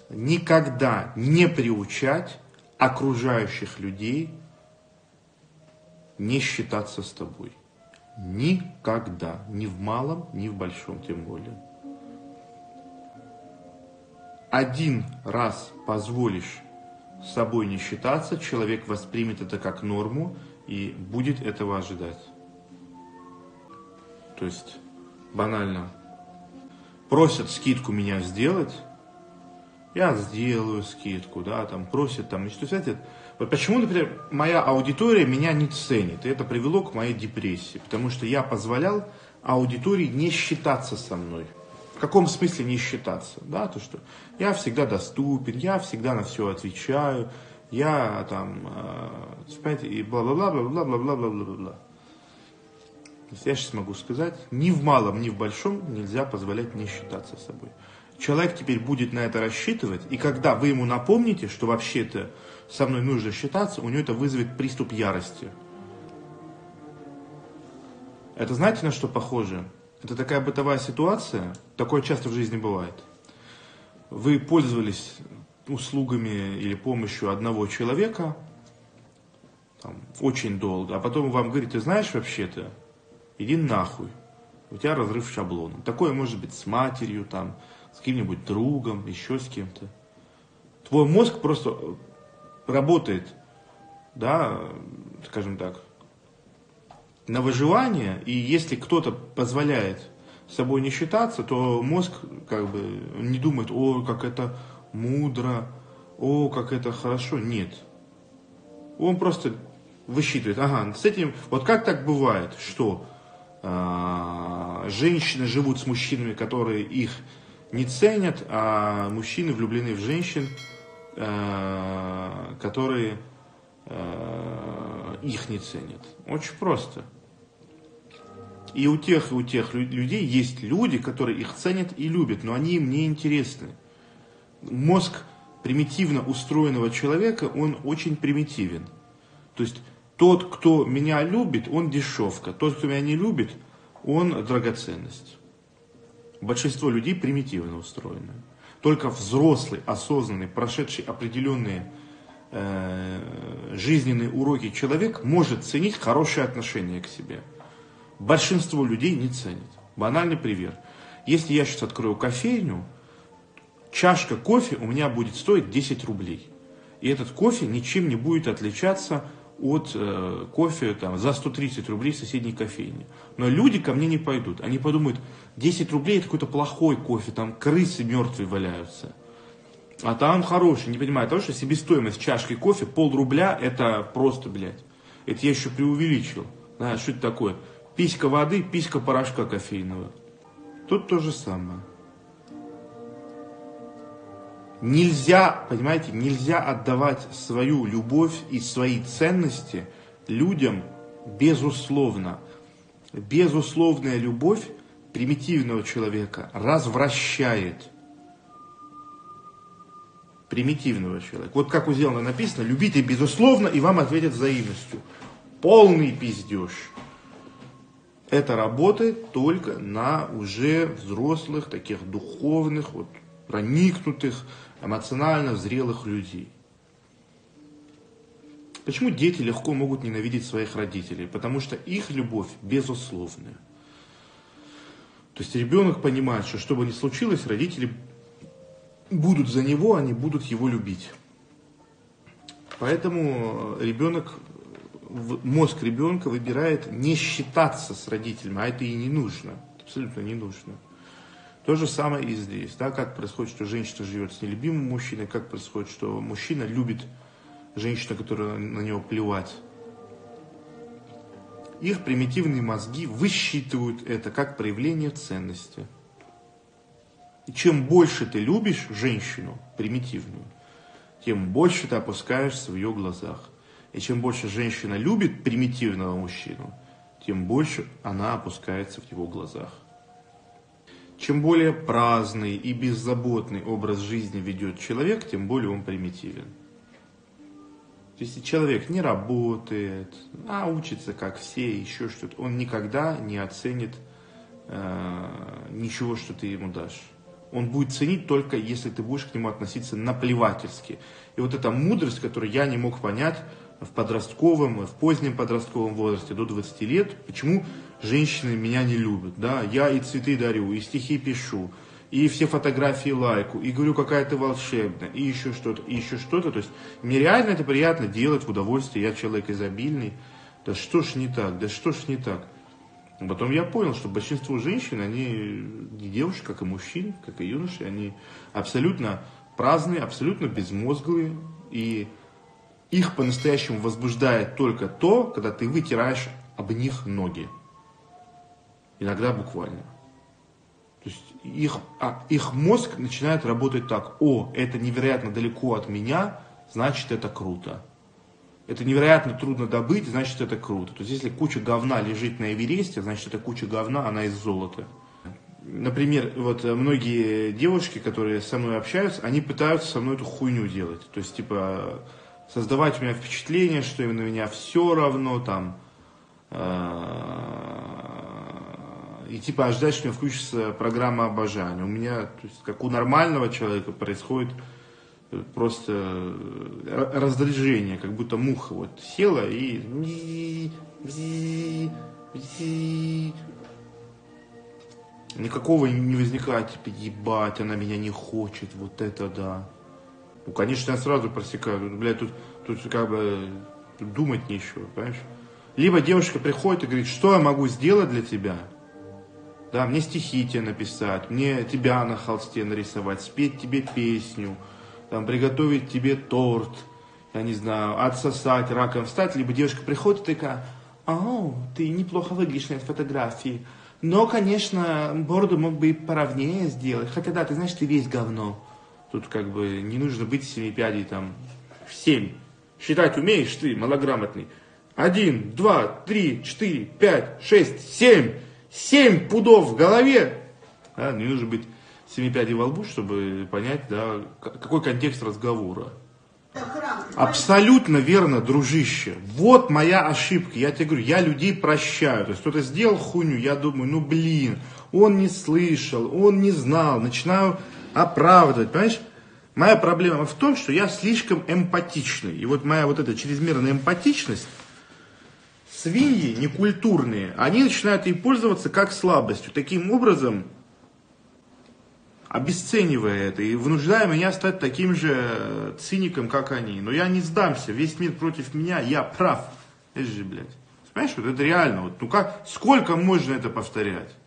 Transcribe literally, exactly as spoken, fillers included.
никогда не приучать окружающих людей не считаться с тобой. Никогда. Ни в малом, ни в большом тем более. Один раз позволишь с собой не считаться, человек воспримет это как норму и будет этого ожидать. То есть, банально, просят скидку меня сделать, я сделаю скидку, да, там, просят, там, и что, знаете, вот почему, например, моя аудитория меня не ценит, и это привело к моей депрессии, потому что я позволял аудитории не считаться со мной. В каком смысле не считаться, да, то, что я всегда доступен, я всегда на все отвечаю, я там, э, понимаете, и бла-бла-бла-бла-бла-бла-бла-бла-бла. Я сейчас могу сказать, ни в малом, ни в большом нельзя позволять не считаться собой. Человек теперь будет на это рассчитывать, и когда вы ему напомните, что вообще-то со мной нужно считаться, у него это вызовет приступ ярости. Это знаете, на что похоже? Это такая бытовая ситуация, такое часто в жизни бывает. Вы пользовались услугами или помощью одного человека там, очень долго, а потом вам говорит, ты знаешь вообще-то, иди нахуй, у тебя разрыв шаблона. Такое может быть с матерью, там, с каким-нибудь другом, еще с кем-то. Твой мозг просто работает, да, скажем так, на выживание, и если кто-то позволяет собой не считаться, то мозг как бы не думает, о, как это мудро, о, как это хорошо. Нет. Он просто высчитывает, ага, с этим, вот как так бывает, что э, женщины живут с мужчинами, которые их не ценят, а мужчины влюблены в женщин, э, которые э, их не ценят. Очень просто. И у тех, и у тех людей есть люди, которые их ценят и любят, но они им не интересны. Мозг примитивно устроенного человека, он очень примитивен. То есть тот, кто меня любит, он дешевка. Тот, кто меня не любит, он драгоценность. Большинство людей примитивно устроены. Только взрослый, осознанный, прошедший определенные э, жизненные уроки человек может ценить хорошее отношение к себе. Большинство людей не ценит. Банальный пример. Если я сейчас открою кофейню, чашка кофе у меня будет стоить десять рублей. И этот кофе ничем не будет отличаться от э, кофе там, за сто тридцать рублей в соседней кофейне. Но люди ко мне не пойдут. Они подумают, десять рублей это какой-то плохой кофе, там крысы мертвые валяются. А там хороший, не понимаю, того, что себестоимость чашки кофе пол рубля, это просто, блядь. Это я еще преувеличил. Знаешь, что это такое? Писька воды, писька порошка кофейного. Тут то же самое. Нельзя, понимаете, нельзя отдавать свою любовь и свои ценности людям безусловно. Безусловная любовь примитивного человека развращает примитивного человека. Вот как у Зелена написано, любите безусловно, и вам ответят взаимностью. Полный пиздеж. Это работает только на уже взрослых, таких духовных, вот, проникнутых, эмоционально зрелых людей. Почему дети легко могут ненавидеть своих родителей? Потому что их любовь безусловная. То есть ребенок понимает, что что бы ни случилось, родители будут за него, они будут его любить. Поэтому ребенок, мозг ребенка выбирает не считаться с родителями, а это и не нужно, абсолютно не нужно. То же самое и здесь, да, как происходит, что женщина живет с нелюбимым мужчиной, как происходит, что мужчина любит женщину, которая на него плевать. Их примитивные мозги высчитывают это как проявление ценности. И чем больше ты любишь женщину примитивную, тем больше ты опускаешься в ее глазах. И чем больше женщина любит примитивного мужчину, тем больше она опускается в его глазах. Чем более праздный и беззаботный образ жизни ведет человек, тем более он примитивен. То есть, если человек не работает, а учится как все, еще что-то, он никогда не оценит э, ничего, что ты ему дашь. Он будет ценить только, если ты будешь к нему относиться наплевательски. И вот эта мудрость, которую я не мог понять в подростковом, в позднем подростковом возрасте, до двадцати лет, почему женщины меня не любят. Да? Я и цветы дарю, и стихи пишу, и все фотографии лайку, и говорю, какая ты волшебная, и еще что-то, и еще что-то. То есть мне реально это приятно делать в удовольствие, я человек изобильный. Да что ж не так, да что ж не так. Потом я понял, что большинство женщин, они не девушки, как и мужчин, как и юноши, они абсолютно праздные, абсолютно безмозглые, и их по-настоящему возбуждает только то, когда ты вытираешь об них ноги. Иногда буквально. То есть их, а, их мозг начинает работать так: о, это невероятно далеко от меня, значит это круто. Это невероятно трудно добыть, значит это круто. То есть если куча говна лежит на Эвересте, значит эта куча говна, она из золота. Например, вот многие девушки, которые со мной общаются, они пытаются со мной эту хуйню делать. То есть типа создавать у меня впечатление, что им на меня все равно, там, и типа ожидать, что у меня включится программа обожания. У меня, то есть, как у нормального человека, происходит просто раздражение, как будто муха вот села и никакого не возникает, типа, ебать, она меня не хочет, вот это да. Ну, конечно, я сразу просекаю, блядь, тут, тут как бы тут думать нечего, понимаешь? Либо девушка приходит и говорит, что я могу сделать для тебя? Да, мне стихи тебе написать, мне тебя на холсте нарисовать, спеть тебе песню, там, приготовить тебе торт, я не знаю, отсосать, раком встать. Либо девушка приходит и такая, о, ты неплохо выглядишь на этой фотографии, но, конечно, бороду мог бы и поровнее сделать, хотя да, ты знаешь, ты весь говно. Тут как бы не нужно быть семи пядей, там, семь. Считать умеешь ты, малограмотный? Один, два, три, четыре, пять, шесть, семь. Семь пудов в голове. Да, не нужно быть семи пядей во лбу, чтобы понять, да, какой контекст разговора. Абсолютно верно, дружище. Вот моя ошибка. Я тебе говорю, я людей прощаю. То есть кто-то сделал хуйню, я думаю, ну блин, он не слышал, он не знал. Начинаю оправдывать, понимаешь? Моя проблема в том, что я слишком эмпатичный. И вот моя вот эта чрезмерная эмпатичность, свиньи некультурные, они начинают ей пользоваться как слабостью. Таким образом, обесценивая это и вынуждая меня стать таким же циником, как они. Но я не сдамся, весь мир против меня, я прав. Это же, блядь. Понимаешь, вот это реально. Вот, ну как, сколько можно это повторять?